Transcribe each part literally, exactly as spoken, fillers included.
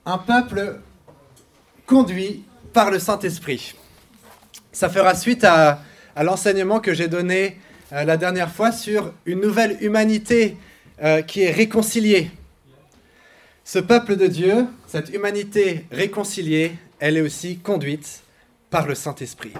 Un peuple conduit par le Saint-Esprit. Ça fera suite à, à l'enseignement que j'ai donné euh, la dernière fois sur une nouvelle humanité euh, qui est réconciliée. Ce peuple de Dieu, cette humanité réconciliée, elle est aussi conduite par le Saint-Esprit.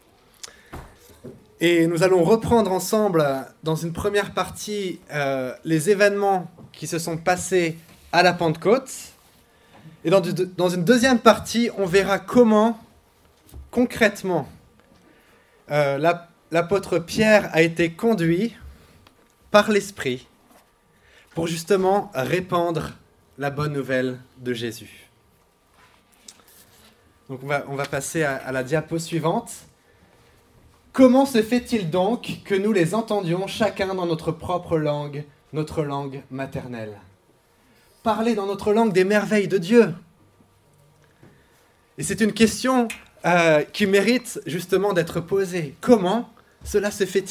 Et nous allons reprendre ensemble, dans une première partie, euh, les événements qui se sont passés à la Pentecôte. Et dans, du, dans une deuxième partie, on verra comment, concrètement, euh, la, l'apôtre Pierre a été conduit par l'Esprit pour justement répandre la bonne nouvelle de Jésus. Donc on va, on va passer à, à la diapo suivante. Comment se fait-il donc que nous les entendions chacun dans notre propre langue, notre langue maternelle ? Parler dans notre langue des merveilles de Dieu. Et c'est une question euh, qui mérite justement d'être posée. Comment cela se fait-il ?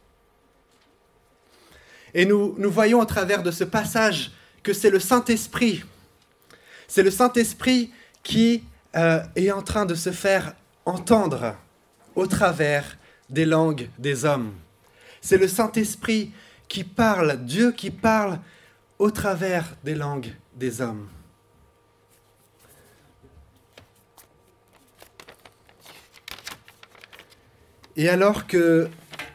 Et nous, nous voyons au travers de ce passage que c'est le Saint-Esprit. C'est le Saint-Esprit qui euh, est en train de se faire entendre au travers des langues des hommes. C'est le Saint-Esprit qui parle, Dieu qui parle au travers des langues des hommes. Et alors que,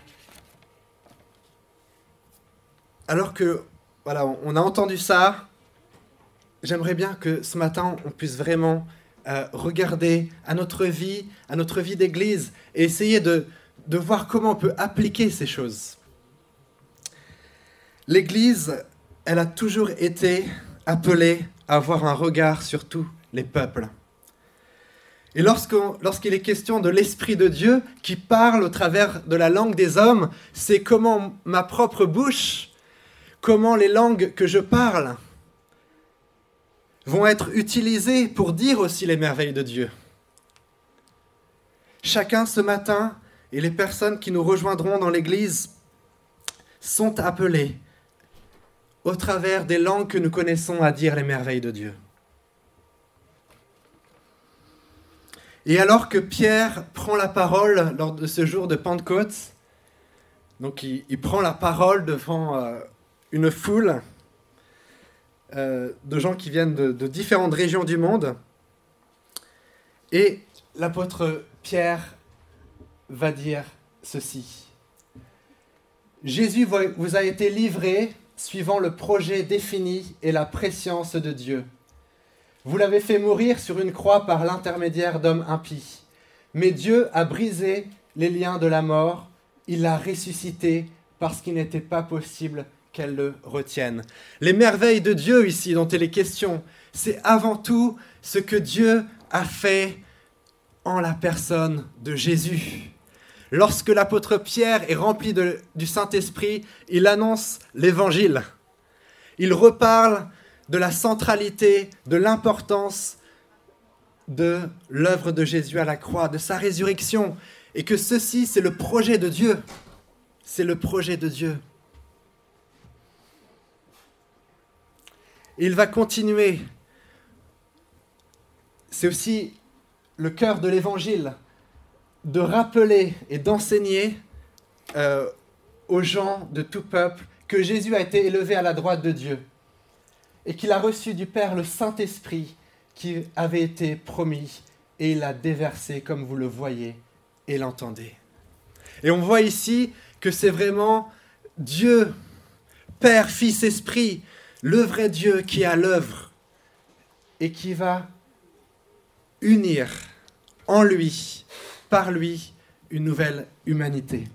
alors que, voilà, on a entendu ça, j'aimerais bien que ce matin, on puisse vraiment euh, regarder à notre vie, à notre vie d'église, et essayer de, de voir comment on peut appliquer ces choses. L'église, elle a toujours été appelée à avoir un regard sur tous les peuples. Et lorsqu'on, lorsqu'il est question de l'Esprit de Dieu qui parle au travers de la langue des hommes, c'est comment ma propre bouche, comment les langues que je parle vont être utilisées pour dire aussi les merveilles de Dieu. Chacun ce matin, et les personnes qui nous rejoindront dans l'Église, sont appelés au travers des langues que nous connaissons à dire les merveilles de Dieu. Et alors que Pierre prend la parole lors de ce jour de Pentecôte, donc il, il prend la parole devant euh, une foule euh, de gens qui viennent de, de différentes régions du monde, et l'apôtre Pierre va dire ceci. Jésus vous a été livré suivant le projet défini et la prescience de Dieu. Vous l'avez fait mourir sur une croix par l'intermédiaire d'hommes impies. Mais Dieu a brisé les liens de la mort. Il l'a ressuscité parce qu'il n'était pas possible qu'elle le retienne. Les merveilles de Dieu ici dont il est question, c'est avant tout ce que Dieu a fait en la personne de Jésus. Lorsque l'apôtre Pierre est rempli de, du Saint-Esprit, il annonce l'Évangile. Il reparle de la centralité, de l'importance de l'œuvre de Jésus à la croix, de sa résurrection, et que ceci, c'est le projet de Dieu. C'est le projet de Dieu. Et il va continuer. C'est aussi le cœur de l'Évangile, de rappeler et d'enseigner euh, aux gens de tout peuple que Jésus a été élevé à la droite de Dieu et qu'il a reçu du Père le Saint-Esprit qui avait été promis et il l'a déversé comme vous le voyez et l'entendez. Et on voit ici que c'est vraiment Dieu, Père, Fils, Esprit, le vrai Dieu qui est à l'œuvre et qui va unir en lui, par lui, une nouvelle humanité.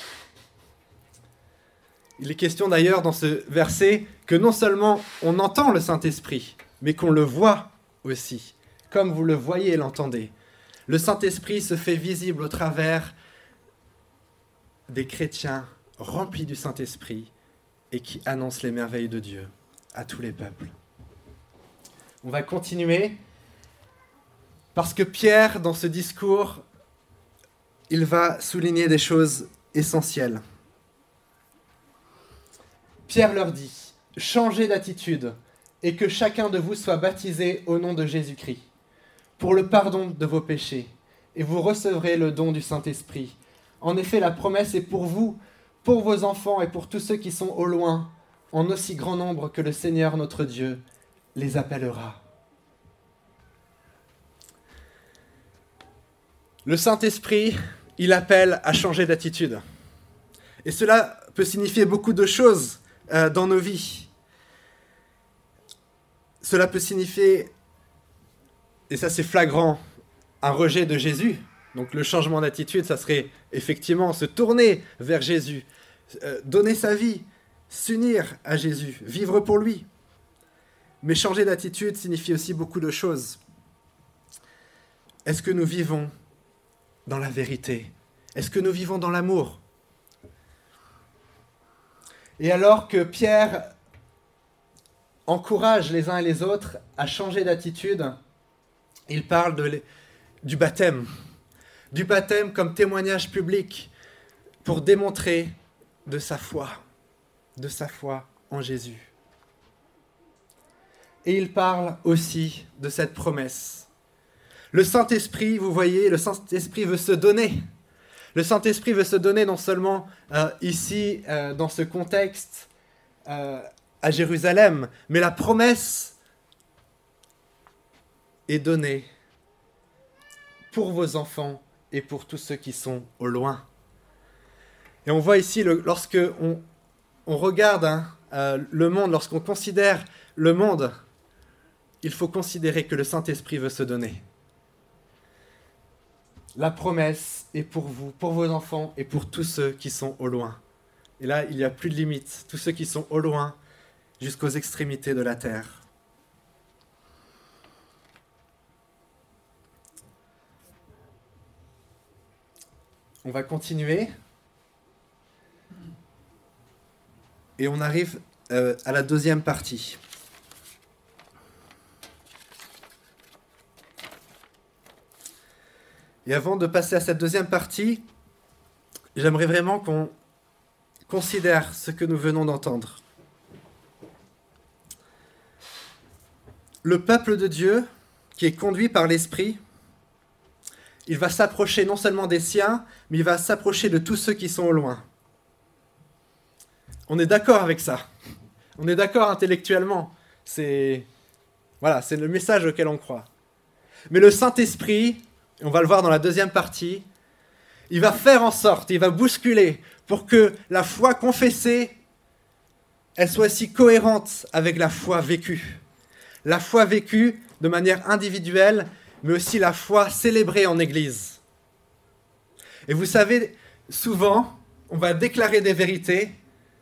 Il est question d'ailleurs dans ce verset que non seulement on entend le Saint-Esprit, mais qu'on le voit aussi, comme vous le voyez et l'entendez. Le Saint-Esprit se fait visible au travers des chrétiens remplis du Saint-Esprit et qui annoncent les merveilles de Dieu à tous les peuples. On va continuer parce que Pierre, dans ce discours, il va souligner des choses essentielles. Pierre leur dit « Changez d'attitude et que chacun de vous soit baptisé au nom de Jésus-Christ, pour le pardon de vos péchés, et vous recevrez le don du Saint-Esprit. En effet, la promesse est pour vous, pour vos enfants et pour tous ceux qui sont au loin, en aussi grand nombre que le Seigneur notre Dieu les appellera. Le Saint-Esprit, il appelle à changer d'attitude. Et cela peut signifier beaucoup de choses euh, dans nos vies. Cela peut signifier, et ça c'est flagrant, un rejet de Jésus. Donc le changement d'attitude, ça serait effectivement se tourner vers Jésus, euh, donner sa vie, s'unir à Jésus, vivre pour lui. Mais changer d'attitude signifie aussi beaucoup de choses. Est-ce que nous vivons dans la vérité? Est-ce que nous vivons dans l'amour? Et alors que Pierre encourage les uns et les autres à changer d'attitude, il parle de, du baptême. Du baptême comme témoignage public pour démontrer de sa foi, de sa foi en Jésus. Et il parle aussi de cette promesse. Le Saint-Esprit, vous voyez, le Saint-Esprit veut se donner. Le Saint-Esprit veut se donner non seulement euh, ici, euh, dans ce contexte, euh, à Jérusalem, mais la promesse est donnée pour vos enfants et pour tous ceux qui sont au loin. Et on voit ici, le, lorsque on, on regarde hein, euh, le monde, lorsqu'on considère le monde, il faut considérer que le Saint-Esprit veut se donner. La promesse est pour vous, pour vos enfants et pour tous ceux qui sont au loin. Et là, il n'y a plus de limite. Tous ceux qui sont au loin jusqu'aux extrémités de la terre. On va continuer. Et on arrive euh, à la deuxième partie. Et avant de passer à cette deuxième partie, j'aimerais vraiment qu'on considère ce que nous venons d'entendre. Le peuple de Dieu, qui est conduit par l'Esprit, il va s'approcher non seulement des siens, mais il va s'approcher de tous ceux qui sont au loin. On est d'accord avec ça. On est d'accord intellectuellement. C'est, voilà, c'est le message auquel on croit. Mais le Saint-Esprit, on va le voir dans la deuxième partie, il va faire en sorte, il va bousculer pour que la foi confessée, elle soit aussi cohérente avec la foi vécue. La foi vécue de manière individuelle, mais aussi la foi célébrée en Église. Et vous savez, souvent, on va déclarer des vérités,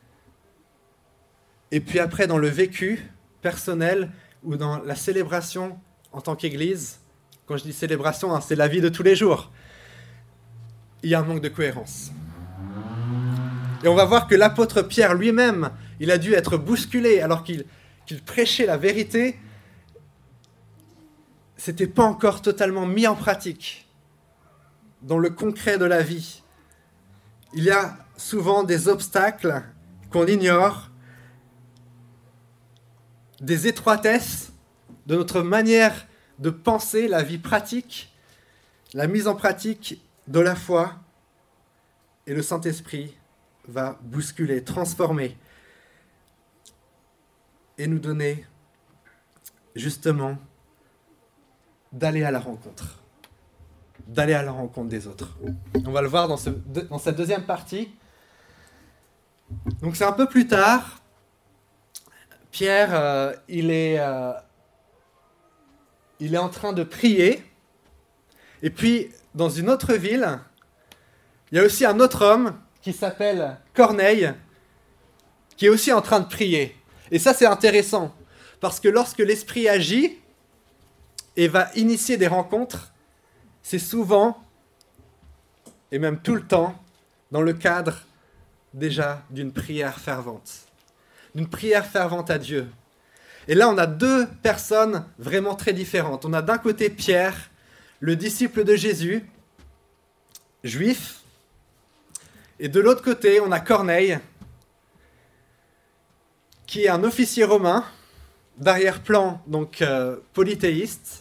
et puis après, dans le vécu personnel ou dans la célébration en tant qu'Église, quand je dis célébration, hein, c'est la vie de tous les jours, il y a un manque de cohérence. Et on va voir que l'apôtre Pierre lui-même, il a dû être bousculé alors qu'il, qu'il prêchait la vérité. C'était pas encore totalement mis en pratique dans le concret de la vie. Il y a souvent des obstacles qu'on ignore, des étroitesses de notre manière de penser la vie pratique, la mise en pratique de la foi, et le Saint-Esprit va bousculer, transformer et nous donner justement d'aller à la rencontre, d'aller à la rencontre des autres. On va le voir dans, ce, dans cette deuxième partie. Donc c'est un peu plus tard. Pierre, euh, il est, euh, il est en train de prier. Et puis, dans une autre ville, il y a aussi un autre homme qui s'appelle Corneille, qui est aussi en train de prier. Et ça, c'est intéressant, parce que lorsque l'Esprit agit et va initier des rencontres, c'est souvent, et même tout le temps, dans le cadre déjà d'une prière fervente. D'une prière fervente à Dieu. Et là, on a deux personnes vraiment très différentes. On a d'un côté Pierre, le disciple de Jésus, juif, et de l'autre côté, on a Corneille, qui est un officier romain, d'arrière-plan donc euh, polythéiste,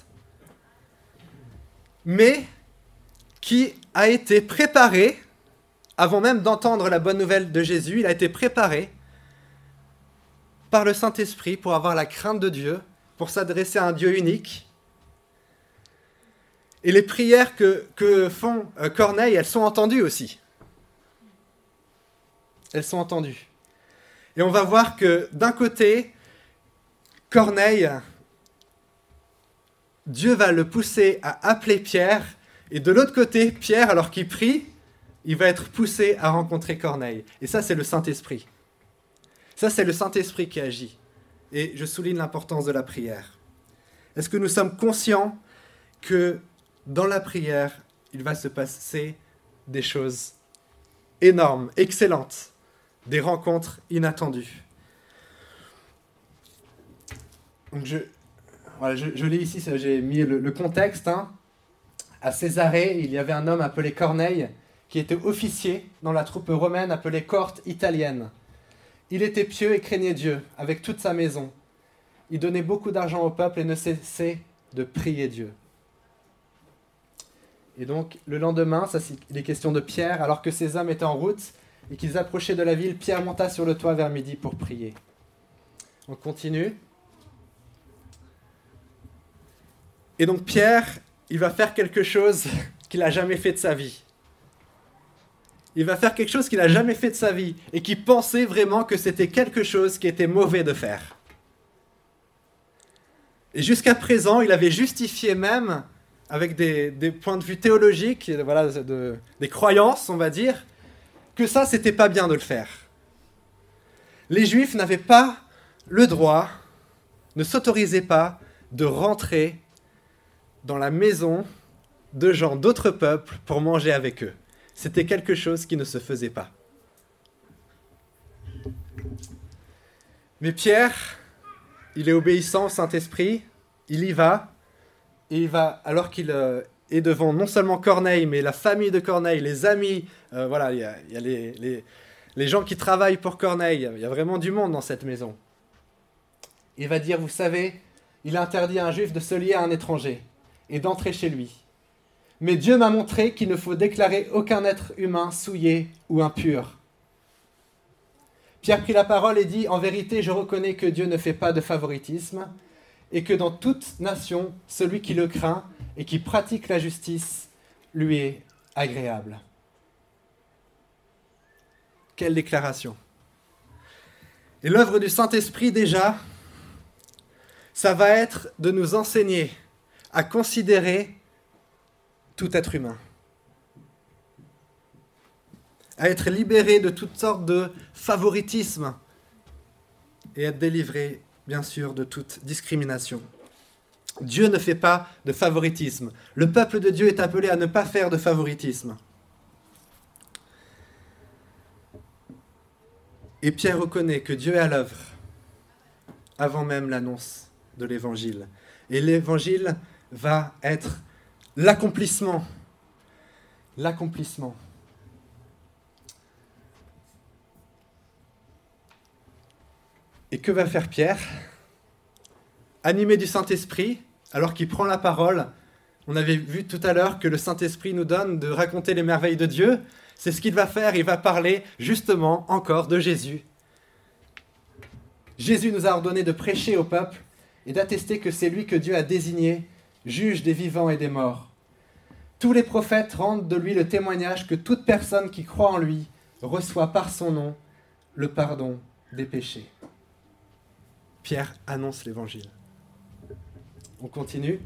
mais qui a été préparé, avant même d'entendre la bonne nouvelle de Jésus, il a été préparé par le Saint-Esprit pour avoir la crainte de Dieu, pour s'adresser à un Dieu unique. Et les prières que, que font euh, Corneille, elles sont entendues aussi. Elles sont entendues. Et on va voir que d'un côté, Corneille, Dieu va le pousser à appeler Pierre, et de l'autre côté, Pierre, alors qu'il prie, il va être poussé à rencontrer Corneille. Et ça, c'est le Saint-Esprit. Ça, c'est le Saint-Esprit qui agit. Et je souligne l'importance de la prière. Est-ce que nous sommes conscients que dans la prière, il va se passer des choses énormes, excellentes, des rencontres inattendues? Donc je, voilà, je, je lis ici, j'ai mis le, le contexte. Hein. À Césarée, il y avait un homme appelé Corneille, qui était officier dans la troupe romaine appelée cohorte italienne. Il était pieux et craignait Dieu avec toute sa maison. Il donnait beaucoup d'argent au peuple et ne cessait de prier Dieu. Et donc, le lendemain, ça, il est question de Pierre, alors que ces hommes étaient en route et qu'ils approchaient de la ville, Pierre monta sur le toit vers midi pour prier. On continue. Et donc Pierre, il va faire quelque chose qu'il n'a jamais fait de sa vie. Il va faire quelque chose qu'il n'a jamais fait de sa vie et qui pensait vraiment que c'était quelque chose qui était mauvais de faire. Et jusqu'à présent, il avait justifié même, avec des, des points de vue théologiques, voilà, de, des croyances, on va dire, que ça, c'était pas bien de le faire. Les Juifs n'avaient pas le droit, ne s'autorisaient pas de rentrer dans la maison de gens d'autres peuples pour manger avec eux. C'était quelque chose qui ne se faisait pas. Mais Pierre, il est obéissant au Saint-Esprit, il y va, et il va, alors qu'il euh, est devant non seulement Corneille, mais la famille de Corneille, les amis, euh, voilà, il y a, il y a les, les, les gens qui travaillent pour Corneille, il y a vraiment du monde dans cette maison. Il va dire, vous savez, il a interdit à un juif de se lier à un étranger et d'entrer chez lui. Mais Dieu m'a montré qu'il ne faut déclarer aucun être humain souillé ou impur. Pierre prit la parole et dit, en vérité, je reconnais que Dieu ne fait pas de favoritisme et que dans toute nation, celui qui le craint et qui pratique la justice lui est agréable. Quelle déclaration! Et l'œuvre du Saint-Esprit, déjà, ça va être de nous enseigner à considérer tout être humain, à être libéré de toutes sortes de favoritisme et être délivré, bien sûr, de toute discrimination. Dieu ne fait pas de favoritisme. Le peuple de Dieu est appelé à ne pas faire de favoritisme. Et Pierre reconnaît que Dieu est à l'œuvre avant même l'annonce de l'Évangile. Et l'Évangile va être l'accomplissement. L'accomplissement. Et que va faire Pierre? Animé du Saint-Esprit, alors qu'il prend la parole, on avait vu tout à l'heure que le Saint-Esprit nous donne de raconter les merveilles de Dieu. C'est ce qu'il va faire, il va parler justement encore de Jésus. Jésus nous a ordonné de prêcher au peuple et d'attester que c'est lui que Dieu a désigné, juge des vivants et des morts. Tous les prophètes rendent de lui le témoignage que toute personne qui croit en lui reçoit par son nom le pardon des péchés. Pierre annonce l'Évangile. On continue.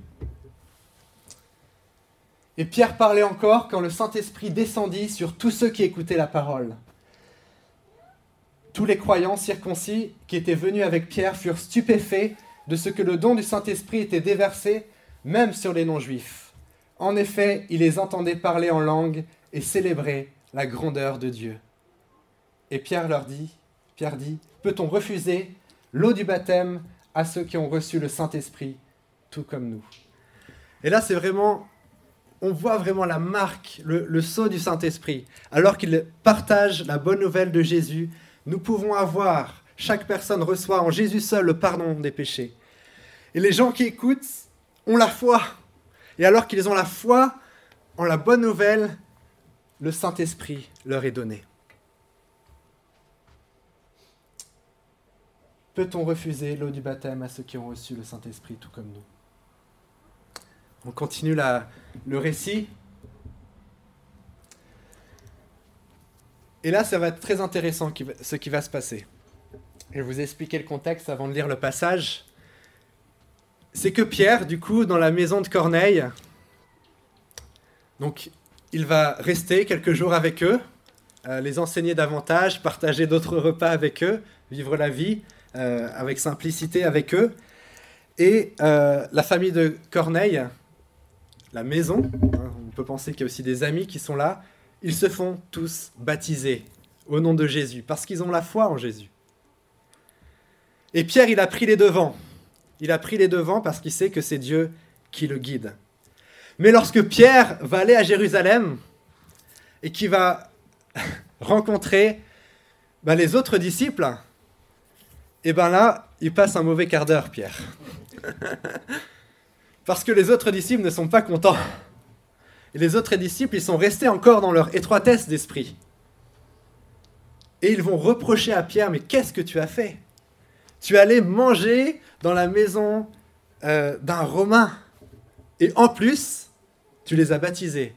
Et Pierre parlait encore quand le Saint-Esprit descendit sur tous ceux qui écoutaient la parole. Tous les croyants circoncis qui étaient venus avec Pierre furent stupéfaits de ce que le don du Saint-Esprit était déversé même sur les non-juifs. En effet, ils les entendaient parler en langue et célébrer la grandeur de Dieu. Et Pierre leur dit, Pierre dit, peut-on refuser l'eau du baptême à ceux qui ont reçu le Saint-Esprit, tout comme nous? Et là, c'est vraiment, on voit vraiment la marque, le, le sceau du Saint-Esprit. Alors qu'il partage la bonne nouvelle de Jésus, nous pouvons avoir, chaque personne reçoit en Jésus seul le pardon des péchés. Et les gens qui écoutent ont la foi. Et alors qu'ils ont la foi en la bonne nouvelle, le Saint-Esprit leur est donné. Peut-on refuser l'eau du baptême à ceux qui ont reçu le Saint-Esprit tout comme nous? On continue la, le récit. Et là, ça va être très intéressant qui va, ce qui va se passer. Je vais vous expliquer le contexte avant de lire le passage. C'est que Pierre, du coup, dans la maison de Corneille, donc il va rester quelques jours avec eux, euh, les enseigner davantage, partager d'autres repas avec eux, vivre la vie euh, avec simplicité avec eux. Et euh, la famille de Corneille, la maison, hein, on peut penser qu'il y a aussi des amis qui sont là, ils se font tous baptiser au nom de Jésus, parce qu'ils ont la foi en Jésus. Et Pierre, il a pris les devants. Il a pris les devants parce qu'il sait que c'est Dieu qui le guide. Mais lorsque Pierre va aller à Jérusalem et qu'il va rencontrer ben, les autres disciples, et bien là, il passe un mauvais quart d'heure, Pierre. Parce que les autres disciples ne sont pas contents. Et les autres disciples, ils sont restés encore dans leur étroitesse d'esprit. Et ils vont reprocher à Pierre, mais qu'est-ce que tu as fait? Tu es allé manger dans la maison euh, d'un Romain. Et en plus, tu les as baptisés.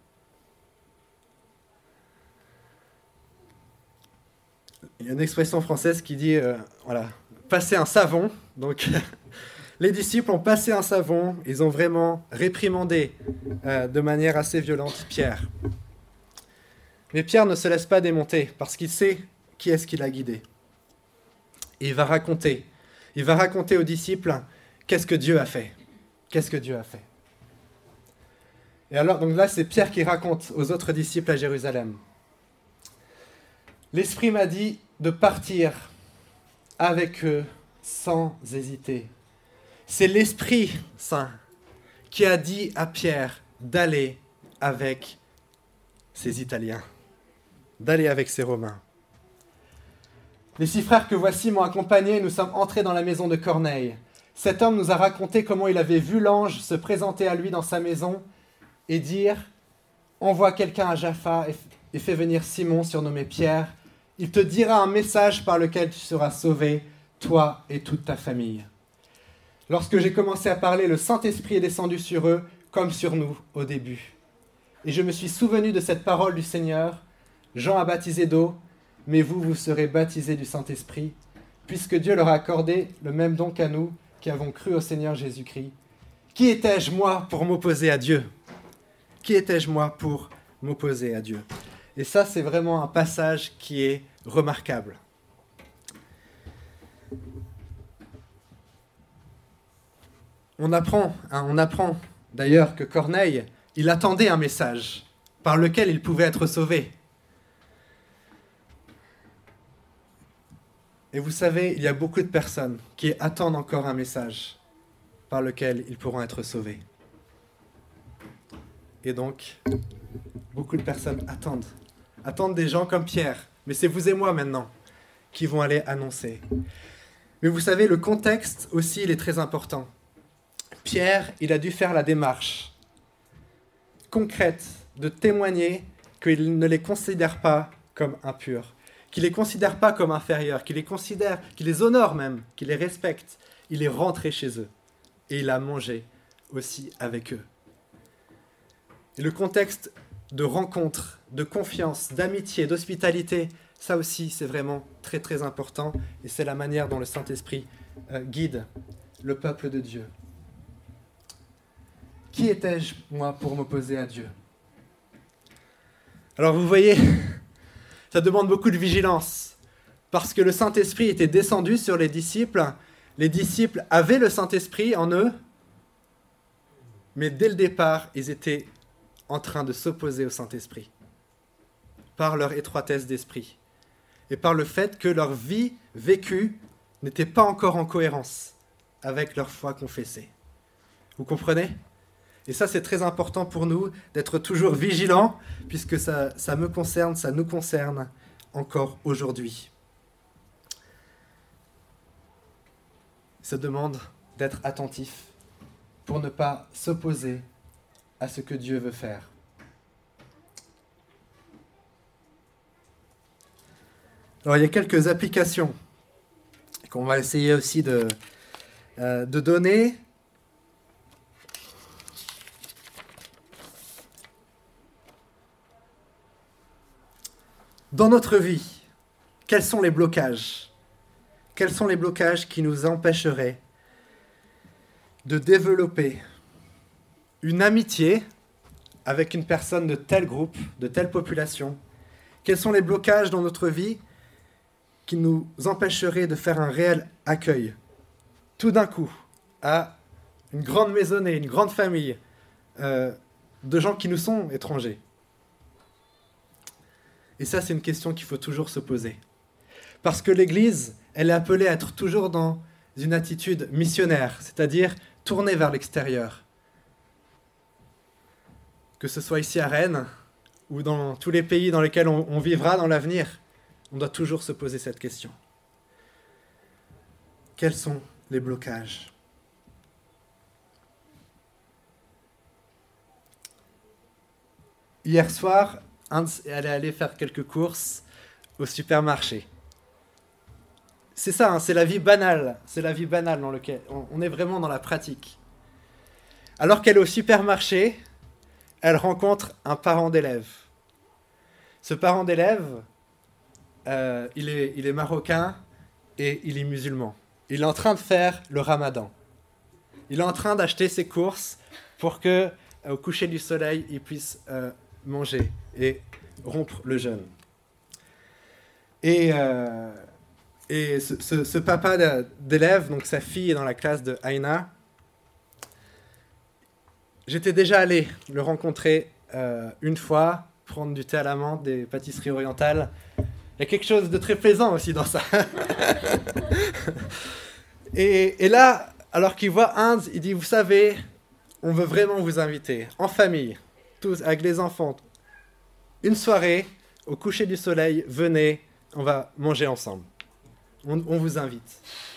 Il y a une expression française qui dit, euh, voilà, passer un savon. Donc, les disciples ont passé un savon. Ils ont vraiment réprimandé euh, de manière assez violente Pierre. Mais Pierre ne se laisse pas démonter parce qu'il sait qui est-ce qui l'a guidé. Et il va raconter. Il va raconter aux disciples qu'est-ce que Dieu a fait. Qu'est-ce que Dieu a fait. Et alors, donc là, c'est Pierre qui raconte aux autres disciples à Jérusalem. L'Esprit m'a dit de partir avec eux sans hésiter. C'est l'Esprit Saint qui a dit à Pierre d'aller avec ces Italiens, d'aller avec ces Romains. Les six frères que voici m'ont accompagné, nous sommes entrés dans la maison de Corneille. Cet homme nous a raconté comment il avait vu l'ange se présenter à lui dans sa maison et dire « Envoie quelqu'un à Jaffa et fais venir Simon, surnommé Pierre. Il te dira un message par lequel tu seras sauvé, toi et toute ta famille. » Lorsque j'ai commencé à parler, le Saint-Esprit est descendu sur eux, comme sur nous au début. Et je me suis souvenu de cette parole du Seigneur. Jean a baptisé d'eau, mais vous, vous serez baptisés du Saint-Esprit, puisque Dieu leur a accordé le même don qu'à nous, qui avons cru au Seigneur Jésus-Christ. Qui étais-je, moi, pour m'opposer à Dieu? Qui étais-je, moi, pour m'opposer à Dieu? Et ça, c'est vraiment un passage qui est remarquable. On apprend, hein, on apprend d'ailleurs que Corneille, il attendait un message par lequel il pouvait être sauvé. Et vous savez, il y a beaucoup de personnes qui attendent encore un message par lequel ils pourront être sauvés. Et donc, beaucoup de personnes attendent. Attendent des gens comme Pierre. Mais c'est vous et moi maintenant qui vont aller annoncer. Mais vous savez, le contexte aussi, il est très important. Pierre, il a dû faire la démarche concrète de témoigner qu'il ne les considère pas comme impurs, qu'il ne les considère pas comme inférieurs, qu'il les considère, qu'il les honore même, qu'il les respecte. Il est rentré chez eux et il a mangé aussi avec eux. Et le contexte de rencontre, de confiance, d'amitié, d'hospitalité, ça aussi c'est vraiment très très important et c'est la manière dont le Saint-Esprit euh, guide le peuple de Dieu. Qui étais-je, moi, pour m'opposer à Dieu? Alors vous voyez, ça demande beaucoup de vigilance, parce que le Saint-Esprit était descendu sur les disciples. Les disciples avaient le Saint-Esprit en eux, mais dès le départ, ils étaient en train de s'opposer au Saint-Esprit, par leur étroitesse d'esprit, et par le fait que leur vie vécue n'était pas encore en cohérence avec leur foi confessée. Vous comprenez ? Et ça, c'est très important pour nous d'être toujours vigilants, puisque ça, ça me concerne, ça nous concerne encore aujourd'hui. Ça demande d'être attentif pour ne pas s'opposer à ce que Dieu veut faire. Alors, il y a quelques applications qu'on va essayer aussi de, euh, de donner. Dans notre vie, quels sont les blocages ? Quels sont les blocages qui nous empêcheraient de développer une amitié avec une personne de tel groupe, de telle population ? Quels sont les blocages dans notre vie qui nous empêcheraient de faire un réel accueil, tout d'un coup, à une grande maisonnée, une grande famille euh, de gens qui nous sont étrangers ? Et ça, c'est une question qu'il faut toujours se poser. Parce que l'Église, elle est appelée à être toujours dans une attitude missionnaire, c'est-à-dire tournée vers l'extérieur. Que ce soit ici à Rennes, ou dans tous les pays dans lesquels on, on vivra dans l'avenir, on doit toujours se poser cette question. Quels sont les blocages ? Hier soir, Hans est allé faire quelques courses au supermarché. C'est ça, hein, c'est la vie banale. C'est la vie banale dans laquelle on, on est vraiment dans la pratique. Alors qu'elle est au supermarché, elle rencontre un parent d'élève. Ce parent d'élève, euh, il est, il est marocain et il est musulman. Il est en train de faire le ramadan. Il est en train d'acheter ses courses pour que, euh, au coucher du soleil, il puisse euh, manger et rompre le jeûne. Et, euh, et ce, ce, ce papa d'élève, donc sa fille est dans la classe de Aïna, j'étais déjà allé le rencontrer euh, une fois, prendre du thé à la menthe, des pâtisseries orientales. Il y a quelque chose de très plaisant aussi dans ça. et, et là, alors qu'il voit Hans, il dit, vous savez, on veut vraiment vous inviter, en famille, tous, avec les enfants, une soirée, au coucher du soleil, venez, on va manger ensemble. On, on vous invite.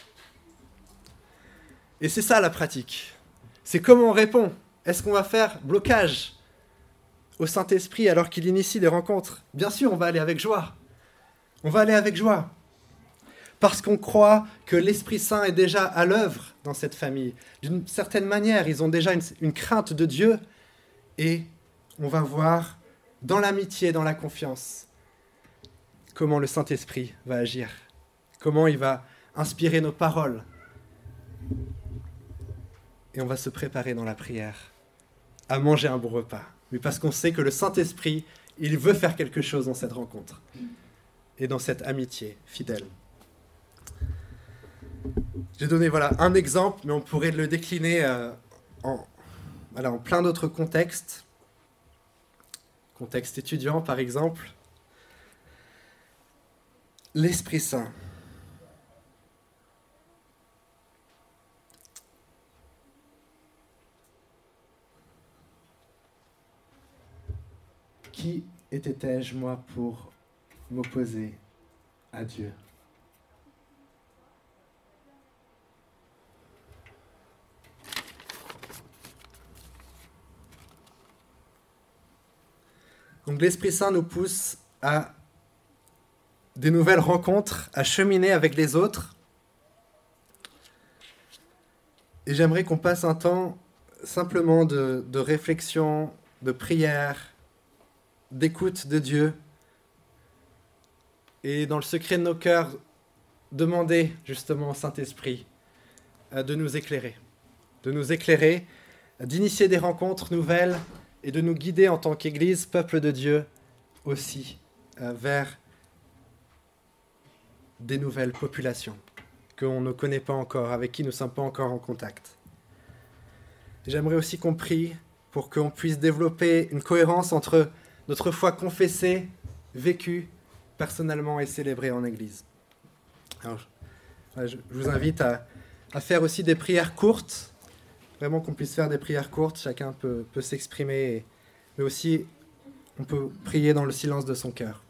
Et c'est ça la pratique. C'est comment on répond. Est-ce qu'on va faire blocage au Saint-Esprit alors qu'il initie des rencontres ? Bien sûr, on va aller avec joie. On va aller avec joie. Parce qu'on croit que l'Esprit Saint est déjà à l'œuvre dans cette famille. D'une certaine manière, ils ont déjà une, une crainte de Dieu. Et on va voir dans l'amitié, dans la confiance, comment le Saint-Esprit va agir. Comment il va inspirer nos paroles. Et on va se préparer dans la prière à manger un bon repas. Mais parce qu'on sait que le Saint-Esprit, il veut faire quelque chose dans cette rencontre et dans cette amitié fidèle. J'ai donné voilà, un exemple, mais on pourrait le décliner euh, en, voilà, en plein d'autres contextes. Contexte étudiant, par exemple. L'Esprit Saint. Qui étais-je, moi, pour m'opposer à Dieu ? Donc l'Esprit Saint nous pousse à des nouvelles rencontres, à cheminer avec les autres. Et j'aimerais qu'on passe un temps simplement de, de réflexion, de prière, d'écoute de Dieu. Et dans le secret de nos cœurs, demander justement au Saint-Esprit euh, de nous éclairer. De nous éclairer, d'initier des rencontres nouvelles et de nous guider en tant qu'Église, peuple de Dieu, aussi euh, vers des nouvelles populations qu'on ne connaît pas encore, avec qui nous ne sommes pas encore en contact. J'aimerais aussi qu'on prie pour qu'on puisse développer une cohérence entre notre foi confessée, vécue personnellement et célébrée en Église. Alors, je vous invite à, à faire aussi des prières courtes, vraiment qu'on puisse faire des prières courtes, chacun peut, peut s'exprimer, mais aussi on peut prier dans le silence de son cœur.